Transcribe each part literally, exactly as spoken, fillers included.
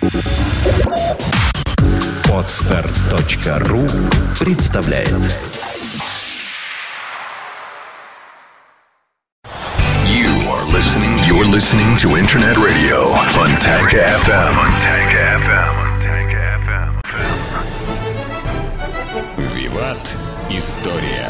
Подстер точка ру представляет. You are listening. You're listening to Internet Radio Fontanka эф эм. Fontanka эф эм. Виват. История.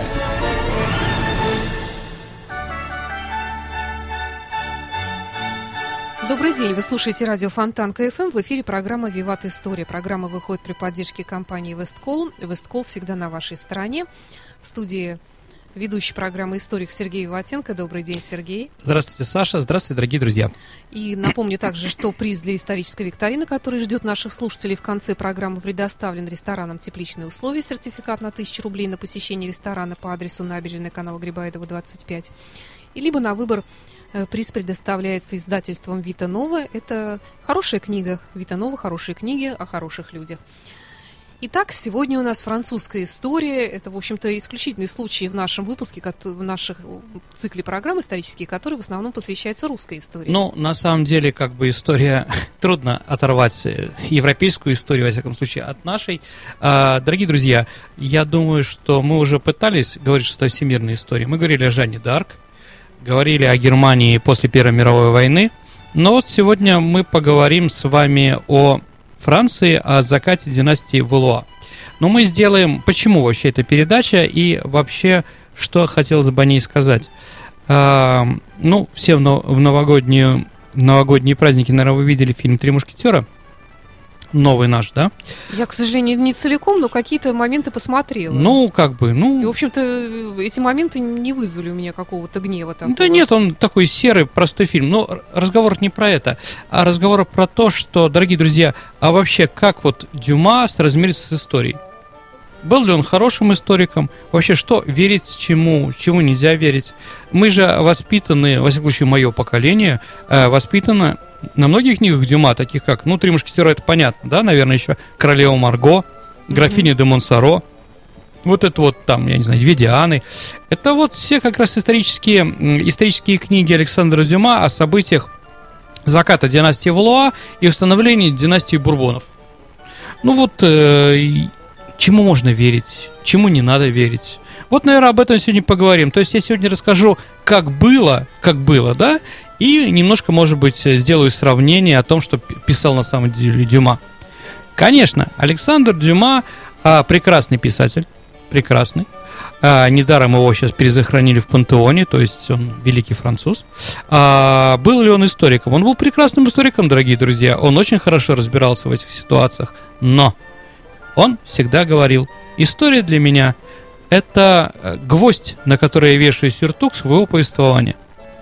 Добрый день, вы слушаете радио Фонтанка эф эм, в эфире программа «Виват. История». Программа выходит при поддержке компании «Весткол». «Весткол» всегда на вашей стороне. В студии ведущий программы «Историк» Сергей Виватенко. Добрый день, Сергей. Здравствуйте, Саша. Здравствуйте, дорогие друзья. И напомню также, что приз для исторической викторины, который ждет наших слушателей в конце программы, предоставлен рестораном «Тепличные условия». Сертификат на тысячу рублей на посещение ресторана по адресу набережная канала Грибоедова, двадцать пять. И либо на выбор приз предоставляется издательством «Вита Нова». Это хорошая книга «Вита Нова», хорошие книги о хороших людях. Итак, сегодня у нас французская история. Это, в общем-то, исключительный случай в нашем выпуске, в наших цикле программ исторических, который в основном посвящается русской истории. Ну, на самом деле, как бы история... Трудно оторвать европейскую историю, во всяком случае, от нашей. А, дорогие друзья, я думаю, что мы уже пытались говорить, что это всемирная история. Мы говорили о Жанне д'Арк, говорили о Германии после Первой мировой войны. Но вот сегодня мы поговорим с вами о Франции, о закате династии Валуа. Но мы сделаем... Почему вообще эта передача и вообще, что хотелось бы о ней сказать? А, ну, все в, в, новогоднюю, в новогодние праздники, наверное, вы видели фильм «Три мушкетера». Новый наш, да? Я, к сожалению, не целиком, но какие-то моменты посмотрела. Ну, как бы, ну... И, в общем-то, эти моменты не вызвали у меня какого-то гнева такого. Да нет, он такой серый, простой фильм. Но разговор не про это, а разговор про то, что, дорогие друзья, а вообще, как вот Дюма соразмерится с историей? Был ли он хорошим историком? Вообще, что верить чему, чему нельзя верить? Мы же воспитаны, во всяком случае, мое поколение, воспитано на многих книгах Дюма, таких как, ну, «Три мушкетера» — это понятно, да, наверное, еще «Королева Марго», «Графиня mm-hmm. де Монсоро», вот это вот там, я не знаю, «Две Дианы». Это вот все как раз исторические, исторические книги Александра Дюма о событиях заката династии Валуа и установления династии Бурбонов. Ну вот, э, чему можно верить, чему не надо верить. Вот, наверное, об этом сегодня поговорим. То есть я сегодня расскажу, как было, как было, да, и немножко, может быть, сделаю сравнение о том, что писал на самом деле Дюма. Конечно, Александр Дюма а, прекрасный писатель, прекрасный. А, недаром его сейчас перезахоронили в пантеоне, то есть он великий француз. А, был ли он историком? Он был прекрасным историком, дорогие друзья. Он очень хорошо разбирался в этих ситуациях, но он всегда говорил: история для меня — это гвоздь, на который я вешаю сюртук своего повествования.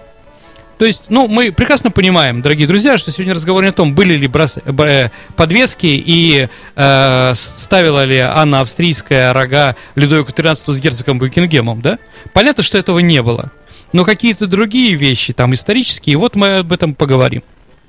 То есть, ну, мы прекрасно понимаем, дорогие друзья, что сегодня разговор не о том, были ли брос... подвески и э, ставила ли Анна Австрийская рога Людовику тринадцатому с герцогом Букингемом, да? Понятно, что этого не было. Но какие-то другие вещи, там, исторические, вот мы об этом поговорим.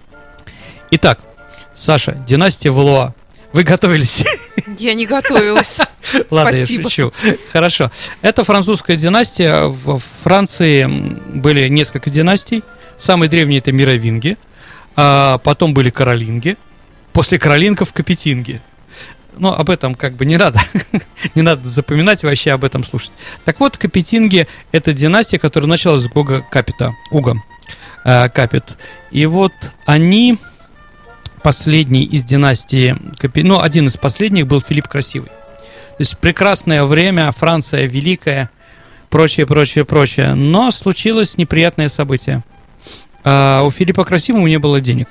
Итак, Саша, династия Валуа. Вы готовились? Я не готовилась. Ладно, я шучу. Хорошо. Это французская династия. В Франции были несколько династий. Самые древние — это мировинги. А потом были каролинги. После каролингов — капетинги. Но об этом как бы не надо. Не надо запоминать, вообще об этом слушать. Так вот, капетинги — это династия, которая началась с Уга Капета. Уга Капет. И вот они... Последний из династии, ну, один из последних был Филипп Красивый. То есть прекрасное время, Франция великая, прочее, прочее, прочее. Но случилось неприятное событие. А у Филиппа Красивого не было денег.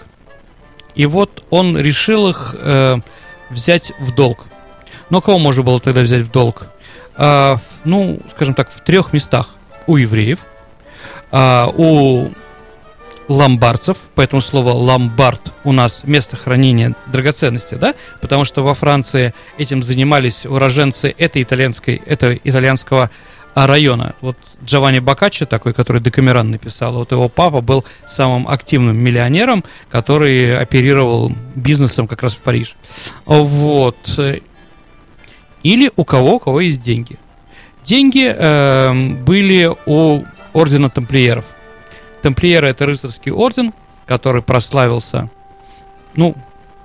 И вот он решил их э, взять в долг. Но кого можно было тогда взять в долг? А, в, ну, скажем так, в трех местах. У евреев, а, у ломбардцев, поэтому слово ломбард у нас место хранения драгоценностей, да, потому что во Франции этим занимались уроженцы этой итальянской, этого итальянского района. Вот Джованни Боккаччо такой, который Декамерон написал, вот его папа был самым активным миллионером, который оперировал бизнесом как раз в Париже. Вот. Или у кого, у кого есть деньги. Деньги э, были у ордена тамплиеров. Тамплиеры — это рыцарский орден, который прославился, ну,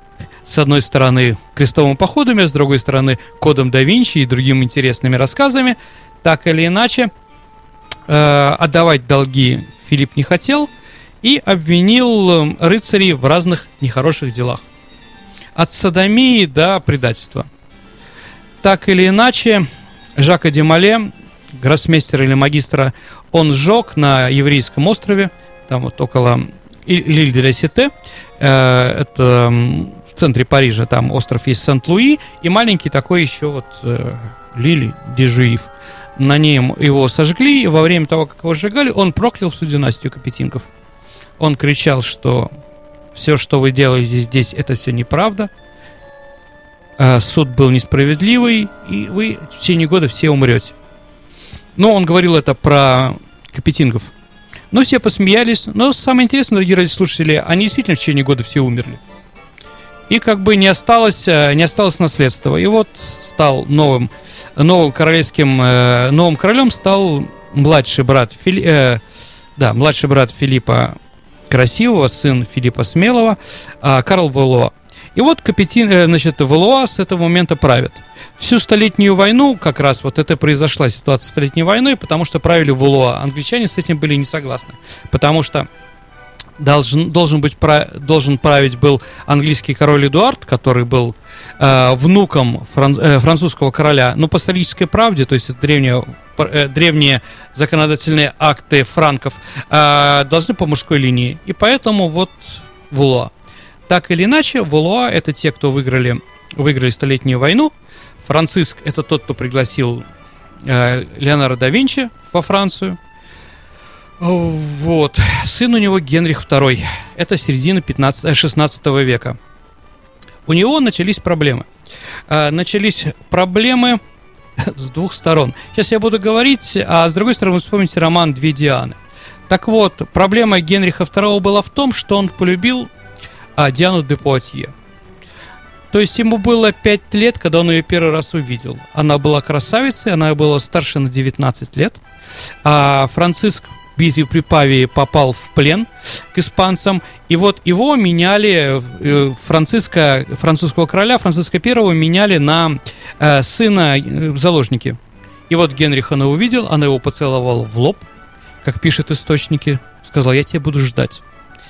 с одной стороны, крестовыми походами, с другой стороны, кодом да Винчи и другими интересными рассказами. Так или иначе, э, отдавать долги Филипп не хотел и обвинил рыцарей в разных нехороших делах. От содомии до предательства. Так или иначе, Жака де Моле, гроссмейстера или магистра, он сжег на еврейском острове, там вот около Лиль-де-ля-Сите, э, это в центре Парижа, там остров есть Сент-Луи, и маленький такой еще вот э, Лиль-де-Жуив. На нем его сожгли, и во время того, как его сжигали, он проклял всю династию Капетингов. Он кричал, что все, что вы делаете здесь, это все неправда, э, суд был несправедливый, и вы в течение года все умрете. Но он говорил это про Капетингов. Но все посмеялись. Но самое интересное, дорогие радиослушатели, они действительно в течение года все умерли. И как бы не осталось, не осталось наследства. И вот стал новым, новым королевским, новым королем стал младший брат, Фили, э, да, младший брат Филиппа Красивого, сын Филиппа Смелого, Карл Валуа. И вот Капетин, значит, Валуа с этого момента правит. Всю Столетнюю войну, как раз вот это произошла ситуация с Столетней войной, потому что правили Валуа. Англичане с этим были не согласны, потому что должен, должен, быть, должен править был английский король Эдуард, который был э, внуком фран, э, французского короля, но по исторической правде, то есть древние, э, древние законодательные акты франков э, должны по мужской линии, и поэтому вот Валуа. Так или иначе, Валуа — это те, кто выиграли, выиграли Столетнюю войну. Франциск — это тот, кто пригласил э, Леонардо да Винчи во Францию. Вот. Сын у него Генрих второй. Это середина шестнадцатого века. У него начались проблемы. Э, начались проблемы с двух сторон. Сейчас я буду говорить, а с другой стороны вы вспомните роман «Две Дианы». Так вот, проблема Генриха второго была в том, что он полюбил а, Диану де Пуатье. То есть ему было пять лет, когда он ее первый раз увидел. Она была красавицей, она была старше на девятнадцать лет. А Франциск в битве при Павии попал в плен к испанцам. И вот его меняли, Франциска, французского короля, Франциска первого меняли на э, сына в заложники. И вот Генрих она увидел, она его поцеловала в лоб, как пишут источники, сказал: я тебя буду ждать.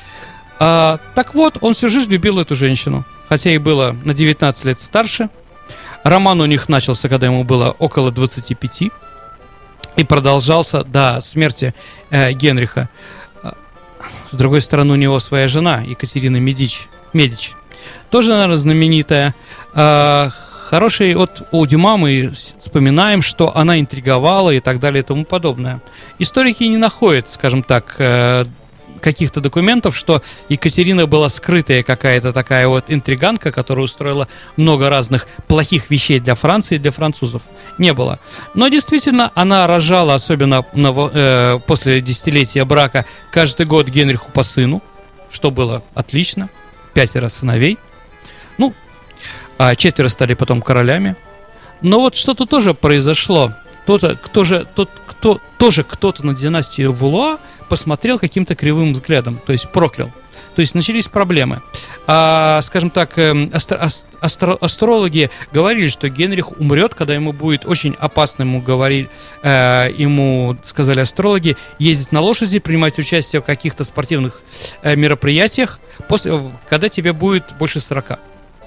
А, так вот, он всю жизнь любил эту женщину, хотя ей было на девятнадцать лет старше. Роман у них начался, когда ему было около двадцати пяти, и продолжался до смерти э, Генриха. С другой стороны, у него своя жена, Екатерина Медич, Медич, тоже, наверное, знаменитая. Э, хороший, вот у Дюма мы вспоминаем, что она интриговала и так далее и тому подобное. Историки не находят, скажем так, э, каких-то документов, что Екатерина была скрытая какая-то такая вот интриганка, которая устроила много разных плохих вещей для Франции и для французов. Не было. Но действительно, она рожала, особенно на, э, после десятилетия брака, каждый год Генриху по сыну, что было отлично. Пятеро сыновей. Ну, а четверо стали потом королями. Но вот что-то тоже произошло. Кто-то, кто же, тот, кто, тоже кто-то на династию Валуа посмотрел каким-то кривым взглядом, то есть проклял. То есть начались проблемы. А, скажем так, астро, астро, астрологи говорили, что Генрих умрет, когда ему будет очень опасно, ему говорили, э, ему сказали астрологи, ездить на лошади, принимать участие в каких-то спортивных э, мероприятиях, после, когда тебе будет больше сорока.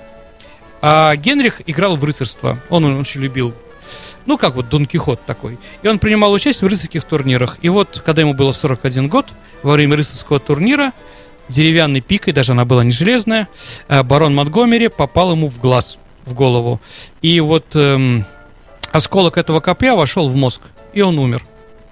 А Генрих играл в рыцарство, он очень любил. Ну, как вот Дон Кихот такой. И он принимал участие в рыцарских турнирах. И вот, когда ему было сорок один год, во время рыцарского турнира, деревянной пикой, даже она была не железная, барон Монтгомери попал ему в глаз, в голову. И вот эм, осколок этого копья вошел в мозг, и он умер.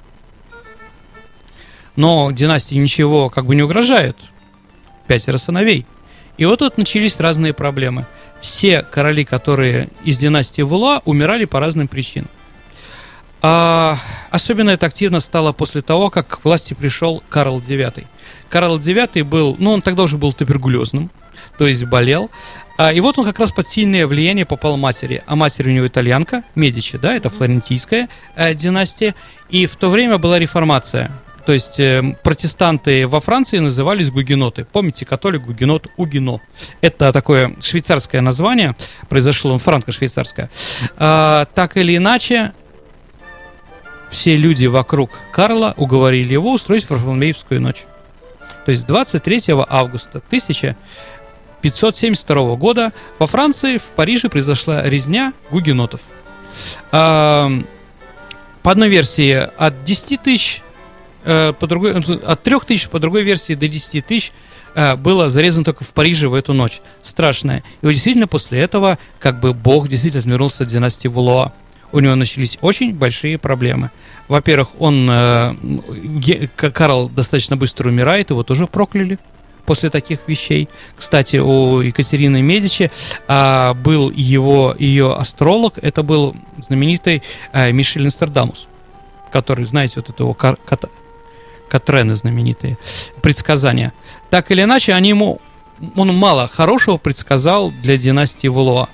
Но династии ничего как бы не угрожает. Пятеро сыновей. И вот тут начались разные проблемы. Все короли, которые из династии Валуа, умирали по разным причинам. А особенно это активно стало после того, как к власти пришел Карл девятый. Карл девятый был, ну он тогда уже был туберкулезным, то есть болел. А, и вот он как раз под сильное влияние попал матери. А матерь у него итальянка, Медичи, да, это флорентийская э, династия. И в то время была реформация. То есть э, протестанты во Франции назывались гугеноты. Помните, католик, гугенот, угено. Это такое швейцарское название, произошло франко-швейцарское. А, так или иначе, все люди вокруг Карла уговорили его устроить Варфоломеевскую ночь. То есть двадцать третьего августа тысяча пятьсот семьдесят второго года во Франции, в Париже, произошла резня гугенотов. А, по одной версии от десяти тысяч, а, по другой, от трех тысяч, по другой версии до десяти тысяч а, было зарезано только в Париже в эту ночь. Страшное. И вот действительно после этого как бы Бог действительно отвернулся от династии Валуа. У него начались очень большие проблемы. Во-первых, он, э, Ге, Карл достаточно быстро умирает, его тоже прокляли после таких вещей. Кстати, у Екатерины Медичи э, был его, ее астролог, это был знаменитый э, Мишель Нострадамус, который, знаете, вот это его кар, кат, Катрены знаменитые, предсказания. Так или иначе, они ему, он мало хорошего предсказал для династии Валуа.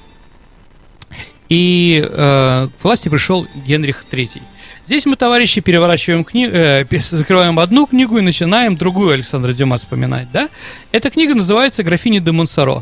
И э, к власти пришел Генрих третий. Здесь мы, товарищи, переворачиваем книгу, э, закрываем одну книгу и начинаем другую Александра Дюма вспоминать, да? Эта книга называется «Графиня де Монсоро».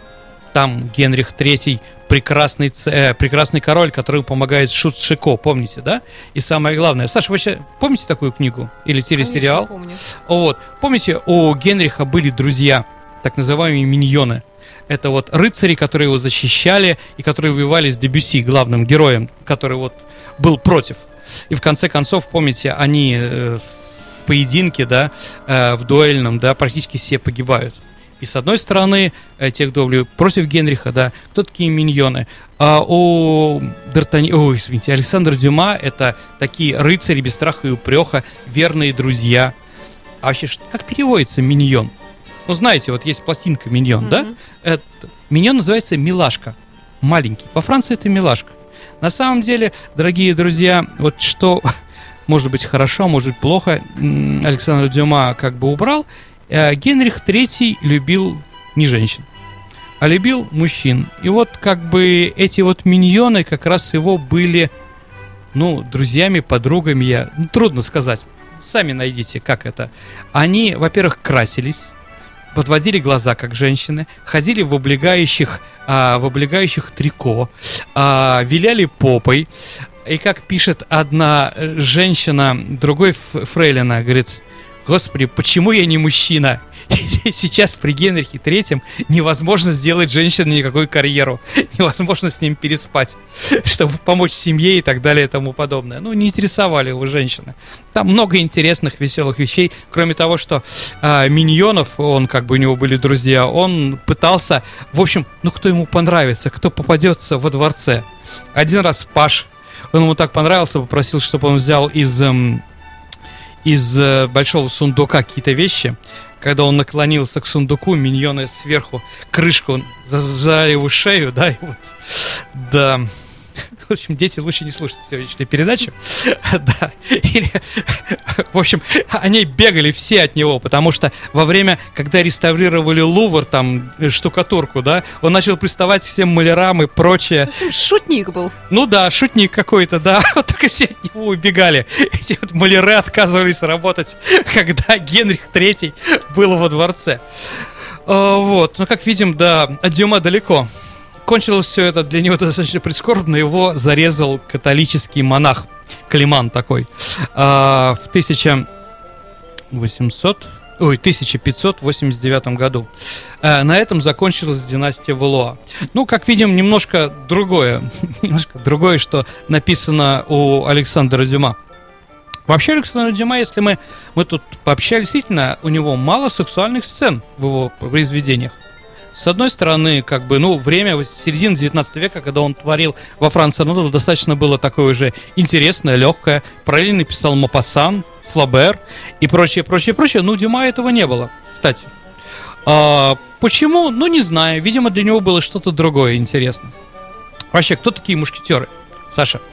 Там Генрих третий, прекрасный, э, прекрасный король, который помогает Шут Шико, помните, да? И самое главное, Саша, вы сейчас помните такую книгу? Или телесериал? Конечно, помню. Вот. Помните, у Генриха были друзья, так называемые миньоны. Это вот рыцари, которые его защищали и которые воевали с Дебюсси, главным героем, который вот был против. И в конце концов, помните, они э, в поединке, да, э, в дуэльном, да, практически все погибают. И с одной стороны, э, те, кто были против Генриха, да, кто такие миньоны. А у Д'Артаньяна, ой, извините, Александра Дюма это такие рыцари без страха и упреха, верные друзья. А вообще, как переводится миньон? Ну, знаете, вот есть пластинка «Миньон», mm-hmm. да? Это, «Миньон» называется «Милашка», маленький. Во Франции это «Милашка». На самом деле, дорогие друзья, вот что, может быть, хорошо, может быть, плохо, Александр Дюма как бы убрал. Генрих третий любил не женщин, а любил мужчин. И вот как бы эти вот миньоны как раз его были, ну, друзьями, подругами, я, ну, трудно сказать. Сами найдите, как это. Они, во-первых, красились, подводили глаза, как женщины, ходили в облегающих, а, в облегающих трико, а, виляли попой. И как пишет одна женщина, другой фрейлина, говорит: «Господи, почему я не мужчина? Сейчас при Генрихе третьем невозможно сделать женщине никакую карьеру, невозможно с ним переспать, чтобы помочь семье и так далее и тому подобное». Ну, не интересовали его женщины. Там много интересных, веселых вещей. Кроме того, что э, миньонов, он как бы у него были друзья, он пытался, в общем, ну, кто ему понравится, кто попадется во дворце. Один раз Паш, он ему так понравился, попросил, чтобы он взял из... Эм, из э, большого сундука какие-то вещи. Когда он наклонился к сундуку, миньоны сверху крышку зажали его шею, да, и вот, да. В общем, дети, лучше не слушать сегодняшнюю передачу. Да. Или, в общем, они бегали все от него, потому что во время, когда реставрировали Лувр, там, штукатурку, да, он начал приставать к всем малярам и прочее. Шутник был. Ну да, шутник какой-то, да. Вот только все от него убегали. Эти вот маляры отказывались работать, когда Генрих третий был во дворце. Вот, ну, как видим, да, от Дюма далеко. Кончилось все это для него достаточно прискорбно. Его зарезал католический монах Климан такой в тысяча восемьсот, ой, тысяча пятьсот восемьдесят девятом году. На этом закончилась династия Валуа. Ну, как видим, немножко другое, немножко другое, что написано у Александра Дюма. Вообще, Александр Дюма, если мы, мы тут пообщались, действительно, у него мало сексуальных сцен в его произведениях. С одной стороны, как бы, ну, время середины девятнадцатого века, когда он творил во Франции, ну, достаточно было такое уже интересное, легкое. Параллельно писал Мопассан, Флабер и прочее, прочее, прочее. Но у Дюма этого не было, кстати. А, почему? Ну, не знаю. Видимо, для него было что-то другое интересно. Вообще, кто такие мушкетеры? Саша?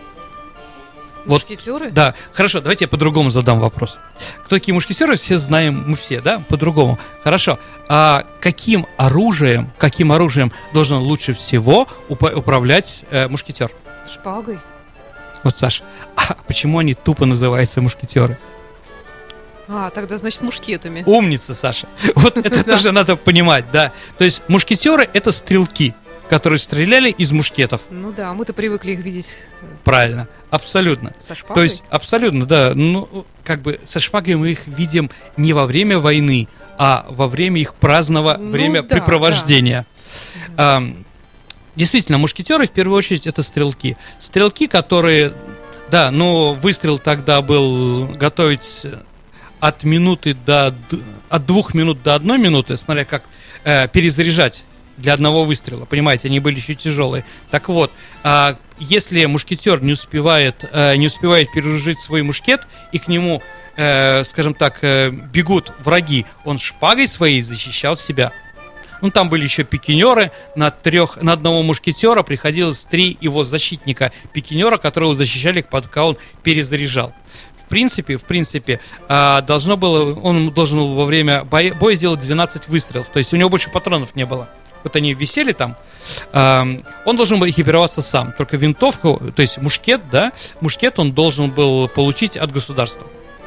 Мушкетеры? Вот, да, хорошо, давайте я по-другому задам вопрос. Кто такие мушкетеры, все знаем, мы все, да, по-другому. Хорошо, а каким оружием, каким оружием должен лучше всего уп- управлять э, мушкетер? Шпагой. Вот, Саша, а почему они тупо называются мушкетеры? А, тогда, значит, мушкетами. Умница, Саша. Вот это тоже надо понимать, да. То есть мушкетеры — это стрелки, которые стреляли из мушкетов. Ну да, мы-то привыкли их видеть. Правильно, абсолютно. Со шпагой? То есть, абсолютно, да. Ну, как бы со шпагой мы их видим не во время войны, а во время их праздного Ну, времяпрепровождения. Да. А, действительно, мушкетеры, в первую очередь, это стрелки. Стрелки, которые, да, ну, выстрел тогда был готовить от минуты до, от двух минут до одной минуты, смотря как э, перезаряжать для одного выстрела, понимаете, они были еще тяжелые. Так вот, а, если мушкетер не успевает, а, не успевает перезаряжать свой мушкет, и к нему, а, скажем так, а, бегут враги, он шпагой своей защищал себя. Ну, там были еще пикинеры, на, трех, на одного мушкетера приходилось три его защитника пикинера, которые защищали, пока он перезаряжал. В принципе, в принципе, а, должно было, он должен был во время боя, боя сделать двенадцать выстрелов, то есть у него больше патронов не было. Вот они висели там, э, он должен был экипироваться сам, только винтовку, то есть мушкет, да, мушкет он должен был получить от государства.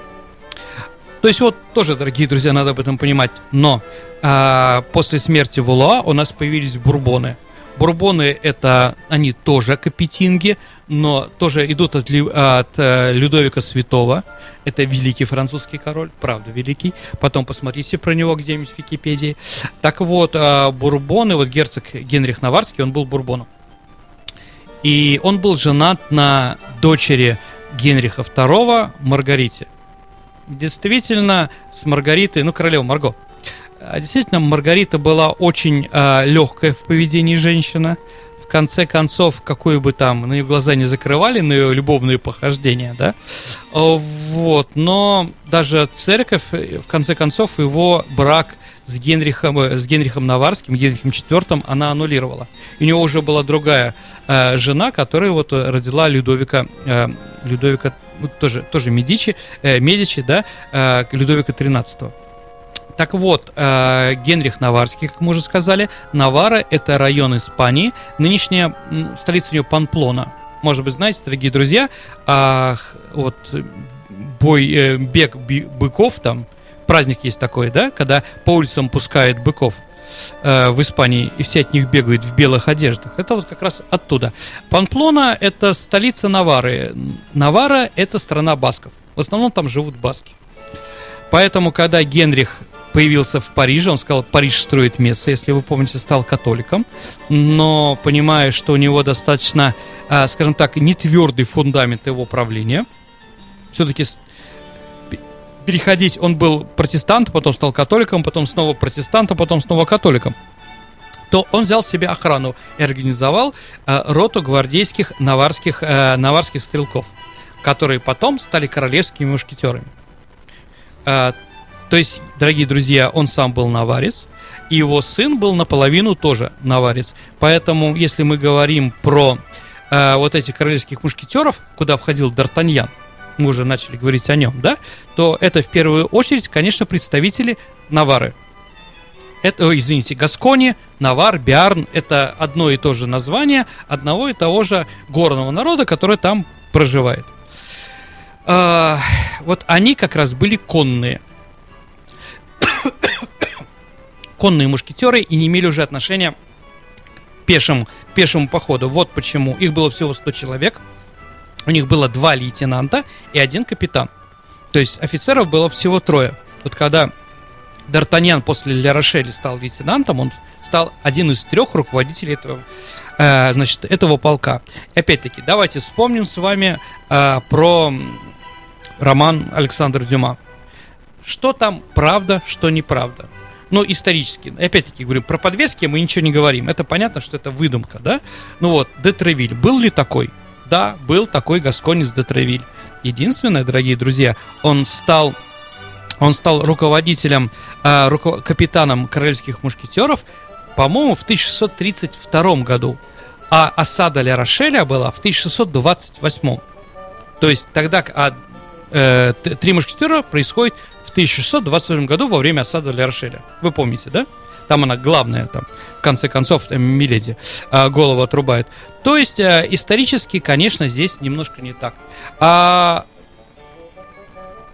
То есть вот тоже, дорогие друзья, надо об этом понимать, но э, после смерти Валуа у нас появились бурбоны. Бурбоны — это, они тоже капетинги, но тоже идут от, от э, Людовика Святого. Это великий французский король, правда великий. Потом посмотрите про него где-нибудь в Википедии. Так вот, э, бурбоны, вот герцог Генрих Наварский, он был бурбоном. И он был женат на дочери Генриха второго Маргарите. Действительно, с Маргаритой, ну, королева Марго. Действительно, Маргарита была очень э, легкая в поведении женщина. В конце концов, какую бы там на ее глаза не закрывали, на ее любовные похождения, да, вот, но даже церковь, в конце концов, его брак с Генрихом, с Генрихом Наварским, Генрихом четвёртым, она аннулировала. У него уже была другая э, жена, которая вот родила Людовика, э, Людовика, ну, тоже, тоже Медичи, э, Медичи, да, э, Людовика тринадцатого. Так вот, э, Генрих Наварский, как мы уже сказали, Навара — это район Испании, нынешняя столица у нее Памплона. Может быть, знаете, дорогие друзья, э, вот бой, э, бег быков, там праздник есть такой, да, когда по улицам пускают быков э, в Испании, и все от них бегают в белых одеждах. Это вот как раз оттуда. Памплона — это столица Навары. Навара — это страна басков. В основном там живут баски. Поэтому, когда Генрих появился в Париже, он сказал, Париж строит место, если вы помните, стал католиком, но понимая, что у него достаточно, скажем так, нетвердый фундамент его правления, все-таки переходить, он был протестантом, потом стал католиком, потом снова протестантом, потом снова католиком, то он взял себе охрану и организовал роту гвардейских наварских, наварских стрелков, которые потом стали королевскими мушкетерами. То есть, дорогие друзья, он сам был наварец, и его сын был наполовину тоже наварец. Поэтому, если мы говорим про э, вот этих королевских мушкетеров, куда входил Д'Артаньян, мы уже начали говорить о нем, да, то это в первую очередь, конечно, представители Навары. Это, о, извините, Гаскони, Навар, Биарн – это одно и то же название одного и того же горного народа, который там проживает. Э, вот они как раз были конные. Конные мушкетеры и не имели уже отношения к пешему, к пешему походу. Вот почему. Их было всего сто человек. У них было два лейтенанта и один капитан. То есть офицеров было всего трое. Вот когда Д'Артаньян после Ля-Рошеля стал лейтенантом, он стал один из трех руководителей этого, э, значит, этого полка. И опять-таки, давайте вспомним с вами э, про роман Александра Дюма. Что там правда, что неправда. Ну, исторически. Опять-таки, говорю, про подвески мы ничего не говорим. Это понятно, что это выдумка, да? Ну вот, де Тревиль. Был ли такой? Да, был такой гасконец де Тревиль. Единственное, дорогие друзья, он стал, он стал руководителем, э, руко- капитаном королевских мушкетеров, по-моему, в тысяча шестьсот тридцать втором году. А осада Ля-Рошеля была в тысяча шестьсот двадцать восьмом. То есть тогда а, э, три мушкетера происходит в тысяча шестьсот двадцать восьмом году во время осады Ля-Рошеля. Вы помните, да? Там она главная, там, в конце концов, там, Миледи а, голову отрубает. То есть, а, исторически, конечно, здесь немножко не так. А,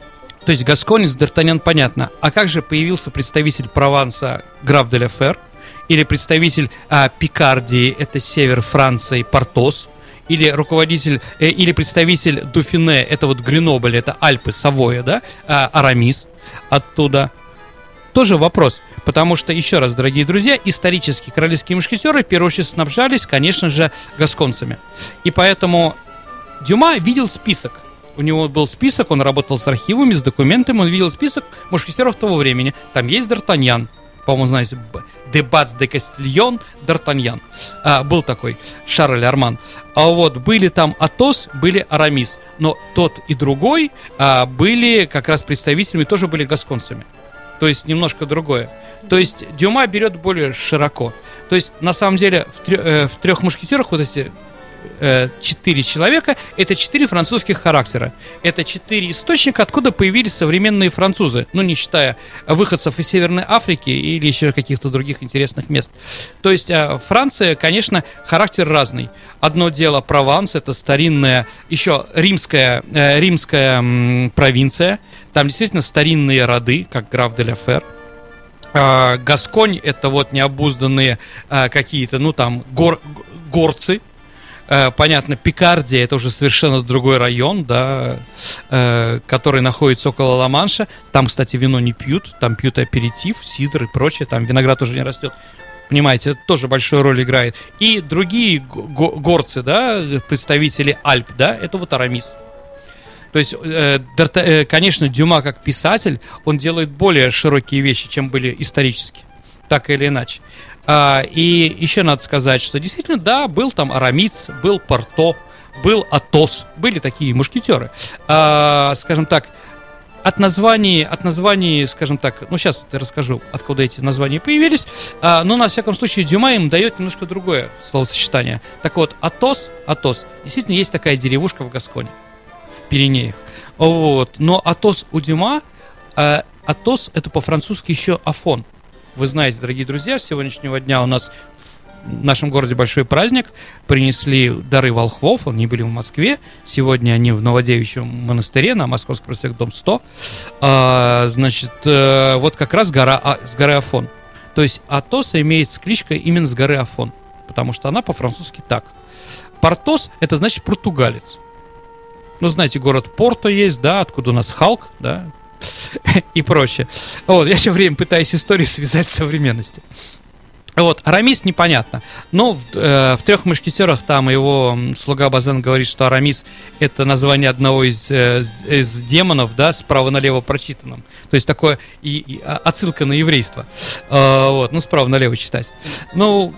То есть гасконец, Д'Артаньян, понятно. А как же появился представитель Прованса граф де ла Фер? Или представитель а, Пикардии, это север Франции, Портос? Или руководитель, э, или представитель Дуфине, это вот Гренобль, это Альпы, Савоя, да? А, Арамис оттуда. Тоже вопрос. Потому что, еще раз, дорогие друзья, исторические королевские мушкетеры в первую очередь снабжались, конечно же, гасконцами. И поэтому Дюма видел список. У него был список, он работал с архивами, с документами, он видел список мушкетеров того времени. Там есть Д'Артаньян, по-моему, знаете, де Бац де Кастильон, Д'Артаньян. А, был такой Шарль Арман. А вот были там Атос, были Арамис. Но тот и другой а, были как раз представителями, тоже были гасконцами. То есть немножко другое. То есть Дюма берет более широко. То есть на самом деле в, трё, э, в трех мушкетерах вот эти э, четыре человека, это четыре французских характера. Это четыре источника, откуда появились современные французы. Ну, не считая выходцев из Северной Африки или еще каких-то других интересных мест. То есть э, Франция, конечно, характер разный. Одно дело Прованс, это старинная, еще римская, э, римская м, провинция. Там действительно старинные роды, как граф де ла Фер. А, Гасконь — это вот необузданные а, какие-то, ну там, гор, горцы. А, понятно, Пикардия — это уже совершенно другой район, да, а, который находится около Ла-Манша. Там, кстати, вино не пьют, там пьют аперитив, сидр и прочее. Там виноград уже не растет. Понимаете, это тоже большую роль играет. И другие го- горцы, да, представители Альп, да, это вот Арамис. То есть, э, э, конечно, Дюма как писатель, он делает более широкие вещи, чем были исторически, так или иначе. А, и еще надо сказать, что действительно, да, был там Арамис, был Порто, был Атос, были такие мушкетеры. А, скажем так, от названий, от названий, скажем так, ну сейчас вот я расскажу, откуда эти названия появились, а, но на всяком случае Дюма им дает немножко другое словосочетание. Так вот, Атос, Атос, действительно есть такая деревушка в Гасконе. В Пиренеях. Вот. Но Атос у Дюма, э, Атос — это по-французски еще Афон. Вы знаете, дорогие друзья, с сегодняшнего дня у нас в нашем городе большой праздник. Принесли дары волхвов, они были в Москве. Сегодня они в Новодевичьем монастыре на Московский проспект, дом сто. А, значит, э, вот как раз гора, а, с горы Афон. То есть Атос имеет кличка именно с горы Афон, потому что она по-французски так. Портос — это значит португалец. Ну, знаете, город Порто есть, да, откуда у нас Халк, да, и прочее. Вот, я все время пытаюсь историю связать с современностью. Вот, Арамис непонятно. Но в, э, в «Трех мушкетерах» там его слуга Базен говорит, что Арамис — это название одного из, э, из демонов, да, справа налево прочитанным. То есть такое и, и отсылка на еврейство. Э, вот, ну, справа налево читать. Ну,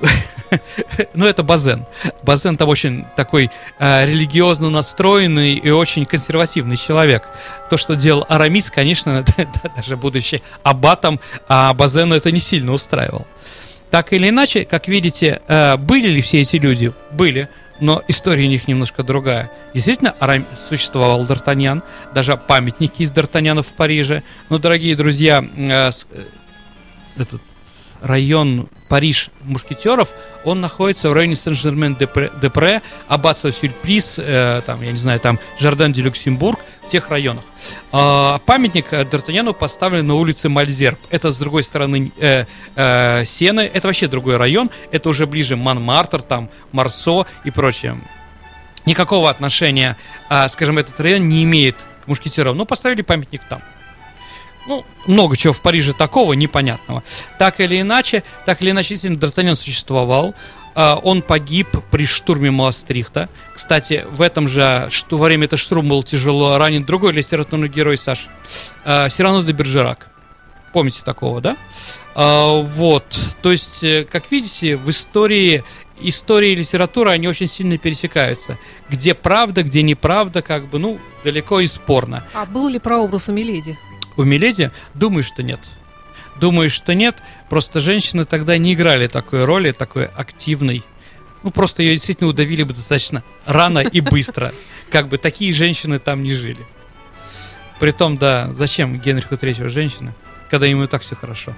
ну, это Базен. Базен там очень такой э, религиозно настроенный и очень консервативный человек. То, что делал Арамис, конечно, даже будучи аббатом, а Базену это не сильно устраивало. Так или иначе, как видите, были ли все эти люди? Были, но история у них немножко другая. Действительно, существовал Д'Артаньян, даже памятники из Д'Артаньяна в Париже. Но, дорогие друзья, этот район Париж мушкетеров, он находится в районе Сен-Жермен-де-Пре, Аббатство-Сюрприз, э, там, я не знаю, там Жардин-де-Люксембург, в тех районах. А, памятник Д'Артаньяну поставлен на улице Мальзерб. Это с другой стороны э, э, Сены, это вообще другой район, это уже ближе Монмартр, там Марсо и прочее. Никакого отношения, э, скажем, этот район не имеет к мушкетерам, но поставили памятник там. Ну, много чего в Париже такого непонятного. Так или иначе, так или иначе, действительно, Д'Артаньян существовал. Он погиб при штурме Маастрихта. Кстати, в этом же, что во время этого штурма был тяжело ранен другой литературный герой, Саш, Сирано де Бержерак. Помните такого, да? Вот, то есть, как видите, в истории, история и литература, они очень сильно пересекаются. Где правда, где неправда, как бы, ну, далеко и спорно. А был ли прообраз у Миледи? У Миледи? Думаю, что нет. Думаю, что нет. Просто женщины тогда не играли такой роли, такой активной. Ну, просто ее действительно удавили бы достаточно рано и быстро. Как бы такие женщины там не жили. Притом, да, зачем Генриху третьему женщины, когда ему и так все хорошо.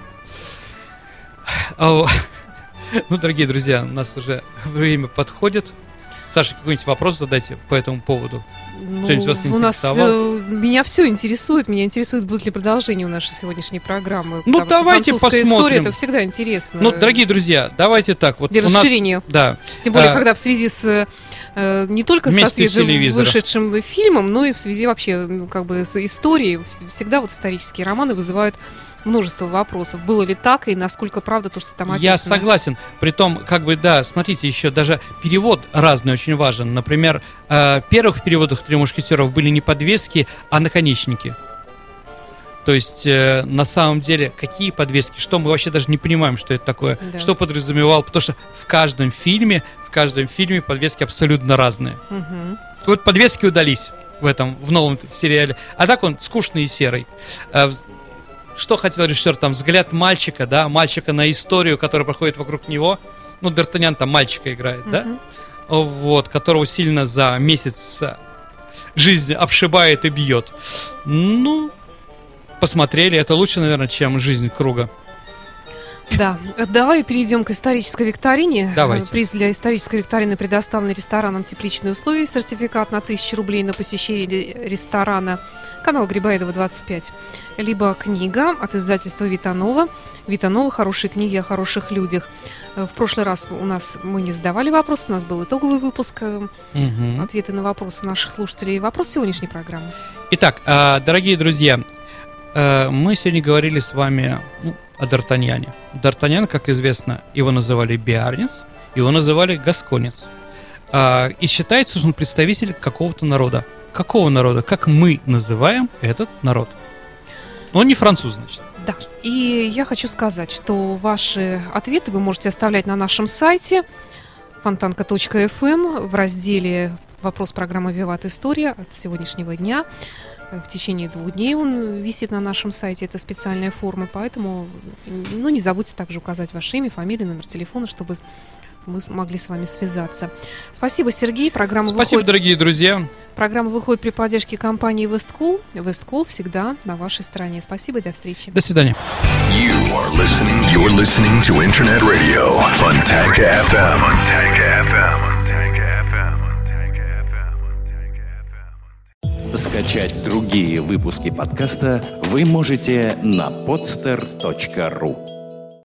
Ну, дорогие друзья, у нас уже время подходит. Саша, какой-нибудь вопрос задайте по этому поводу. Ну, Что-нибудь вас у нас интересовало? э, меня все интересует. Меня интересует, будет ли продолжение у нашей сегодняшней программы. Ну, потому что давайте французская посмотрим. история, это всегда интересно. Ну, дорогие друзья, давайте так. Вот Для у нас, расширения. да. Тем более, А, когда в связи с э, не только со вместе с телевизором. свежевышедшим фильмом, но и в связи вообще ну, как бы с историей. Всегда вот исторические романы вызывают множество вопросов. Было ли так и насколько правда то, что там описано? Я согласен. Притом, как бы, да, смотрите, еще даже перевод разный очень важен. Например, э, в первых переводах «Трех мушкетеров» были не подвески, а наконечники. То есть, э, на самом деле, какие подвески, что мы вообще даже не понимаем, что это такое, Да. что подразумевал, потому что в каждом фильме, в каждом фильме подвески абсолютно разные. Мгм. Вот подвески удались в этом, в новом сериале, а так он скучный и серый. Э, в- Что хотел режиссер, там, взгляд мальчика, да, мальчика на историю, которая проходит вокруг него. Ну, Д'Артаньян там мальчика играет, да, Мгм. вот, которого сильно за месяц э, жизнь обшибает и бьет. Ну, посмотрели, это лучше, наверное, чем «Жизнь круга». Да, давай перейдем к исторической викторине. Давайте. Приз для исторической викторины предоставлен рестораном «Тепличные условия». Сертификат на тысячу рублей на посещение ресторана. Канал Грибаедова, двадцать пять. Либо книга от издательства «Витанова». «Витанова. Хорошие книги о хороших людях». В прошлый раз у нас мы не задавали вопрос, у нас был итоговый выпуск, э, Мгм. ответы на вопросы наших слушателей. Вопрос сегодняшней программы. Итак, э, дорогие друзья, э, мы сегодня говорили с вами ну, о Д'Артаньяне. Д'Артаньян, как известно, его называли Биарнец, его называли Гасконец. А, и считается, что он представитель какого-то народа. Какого народа? Как мы называем этот народ? Он не француз, значит. Да, и я хочу сказать, что ваши ответы вы можете оставлять на нашем сайте фонтанка точка эф эм в разделе «Вопрос программы «Виват История» от сегодняшнего дня. В течение двух дней он висит на нашем сайте, это специальная форма, поэтому ну, не забудьте также указать ваше имя, фамилию, номер телефона, чтобы мы смогли с вами связаться. Спасибо, Сергей. Программа Спасибо, выходит... дорогие друзья. Программа выходит при поддержке компании Весткол. Весткол всегда на вашей стороне. Спасибо и до встречи. До свидания. You are listening. You're listening to Internet Radio Fontanka эф эм. Fontanka эф эм. Скачать другие выпуски подкаста вы можете на podster точка ру.